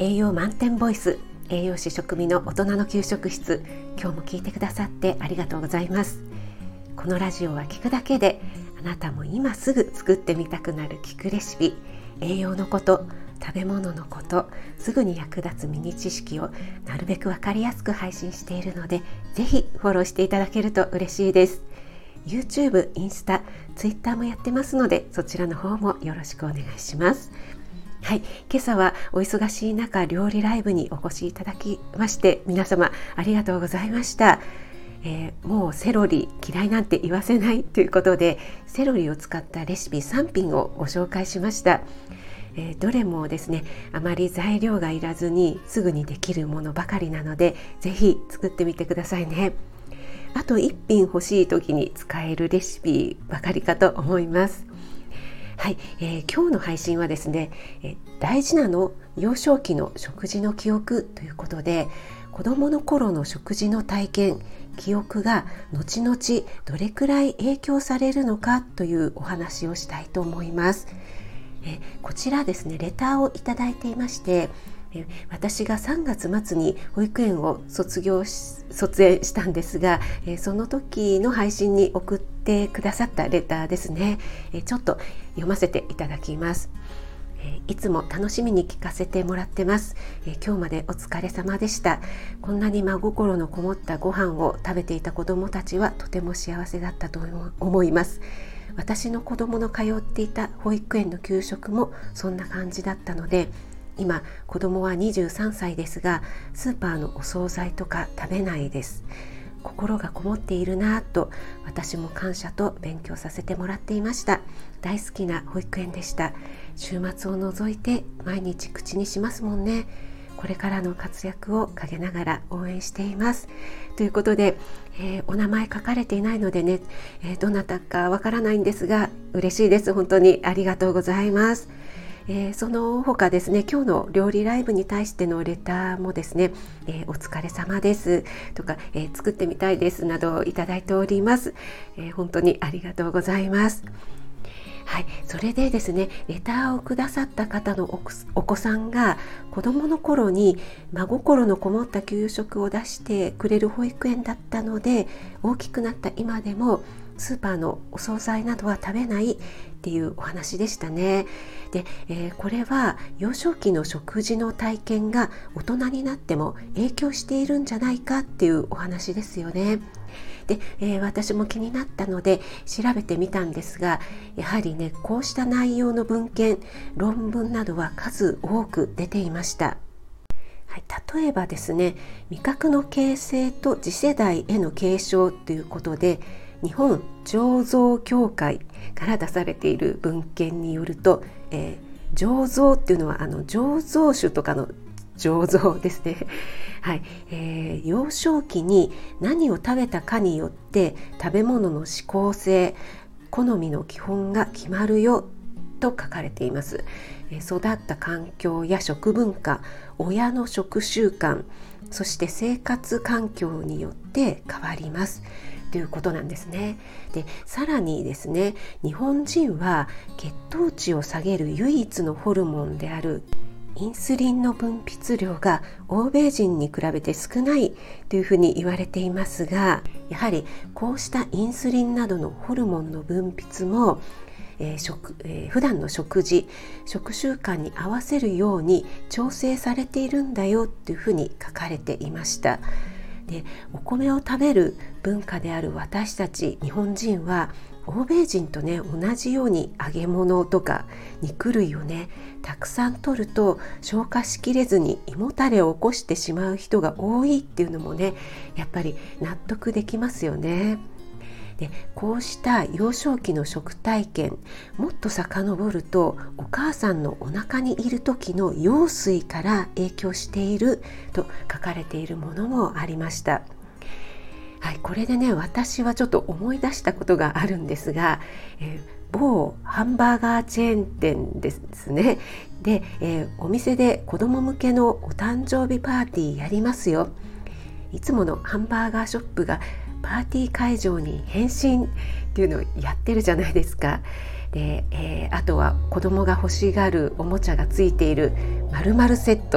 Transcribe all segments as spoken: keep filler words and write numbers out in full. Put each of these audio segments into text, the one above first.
栄養満点ボイス、栄養士食味の大人の給食室。今日も聞いてくださってありがとうございます。このラジオは聞くだけであなたも今すぐ作ってみたくなる聞くレシピ、栄養のこと、食べ物のこと、すぐに役立つミニ知識をなるべくわかりやすく配信しているので、ぜひフォローしていただけると嬉しいです。YouTube、インスタ、Twitter もやってますので、そちらの方もよろしくお願いします。はい、今朝はお忙しい中、料理ライブにお越しいただきまして皆様ありがとうございました。えー、もうセロリ嫌いなんて言わせないということで、セロリを使ったレシピさんぴんをご紹介しました。えー、どれもですね、あまり材料がいらずにすぐにできるものばかりなので、ぜひ作ってみてくださいね。あといっぴん欲しい時に使えるレシピばかりかと思います。はい、えー、今日の配信はですね、えー、大事なの幼少期の食事の記憶ということで、子どもの頃の食事の体験、記憶が後々どれくらい影響されるのかというお話をしたいと思います。えー、こちらですね、レターをいただいていまして、私がさんがつ末に保育園を卒業し卒園したんですが、その時の配信に送ってくださったレターですね。ちょっと読ませていただきます。いつも楽しみに聞かせてもらってます。今日までお疲れ様でした。こんなに真心のこもったご飯を食べていた子どもたちはとても幸せだったと思います。私の子どもの通っていた保育園の給食もそんな感じだったので、今子供はにじゅうさんさいですが、スーパーのお惣菜とか食べないです。心がこもっているなぁと、私も感謝と勉強させてもらっていました。大好きな保育園でした。週末を除いて毎日口にしますもんね。これからの活躍を陰ながら応援しています。ということで、えー、お名前書かれていないのでね、えー、どなたかわからないんですが、嬉しいです。本当にありがとうございます。えー、その他ですね、今日の料理ライブに対してのレターもですね、えー、お疲れ様ですとか、えー、作ってみたいですなどいただいております。えー、本当にありがとうございます。はい、それでですね、レターをくださった方の お, お子さんが子どもの頃に真心のこもった給食を出してくれる保育園だったので、大きくなった今でもスーパーのお惣菜などは食べないっていうお話でしたね。で、えー、これは幼少期の食事の体験が大人になっても影響しているんじゃないかっていうお話ですよね。で、えー、私も気になったので調べてみたんですが、やはりね、こうした内容の文献、論文などは数多く出ていました。はい、例えばですね、味覚の形成と次世代への継承ということで、日本醸造協会から出されている文献によると、えー、醸造っていうのはあの醸造酒とかの醸造ですね。はい、えー、幼少期に何を食べたかによって食べ物の指向性、好みの基本が決まるよと書かれています。育った環境や食文化、親の食習慣、そして生活環境によって変わりますということなんですね。で、さらにですね、日本人は血糖値を下げる唯一のホルモンであるインスリンの分泌量が欧米人に比べて少ないというふうに言われていますが、やはりこうしたインスリンなどのホルモンの分泌もえー食えー、普段の食事、食習慣に合わせるように調整されているんだよというふうに書かれていました。で、お米を食べる文化である私たち日本人は欧米人とね、同じように揚げ物とか肉類をねたくさん摂ると消化しきれずに胃もたれを起こしてしまう人が多いっていうのもね、やっぱり納得できますよね。で、こうした幼少期の食体験、もっと遡るとお母さんのお腹にいる時の羊水から影響していると書かれているものもありました。はい、これでね、私はちょっと思い出したことがあるんですが、えー、某ハンバーガーチェーン店ですね。で、えー、お店で子供向けのお誕生日パーティーやりますよ。いつものハンバーガーショップがパーティー会場に変身っていうのをやってるじゃないですか。で、えー、あとは子供が欲しがるおもちゃがついている〇〇セットと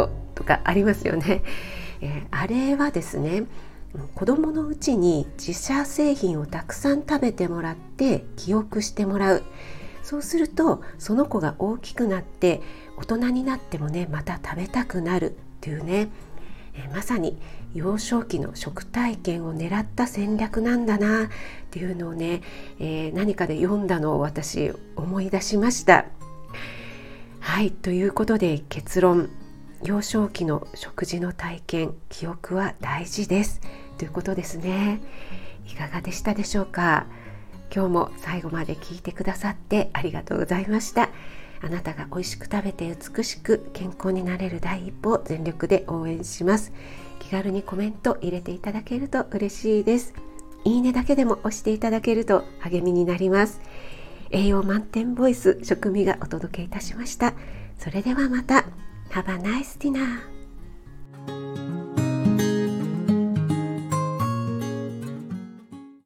かありますよね。えー、あれはですね、子供のうちに自社製品をたくさん食べてもらって記憶してもらう。そうするとその子が大きくなって大人になってもねまた食べたくなるっていうね、えー、まさに幼少期の食体験を狙った戦略なんだなっていうのをね、えー、何かで読んだのを私思い出しました。はい、ということで結論、幼少期の食事の体験、記憶は大事ですということですね。いかがでしたでしょうか。今日も最後まで聞いてくださってありがとうございました。あなたが美味しく食べて美しく健康になれる第一歩を全力で応援します。気軽にコメント入れていただけると嬉しいです。いいねだけでも押していただけると励みになります。栄養満点ボイス食味がお届けいたしました。それではまた。Have a nice dinner.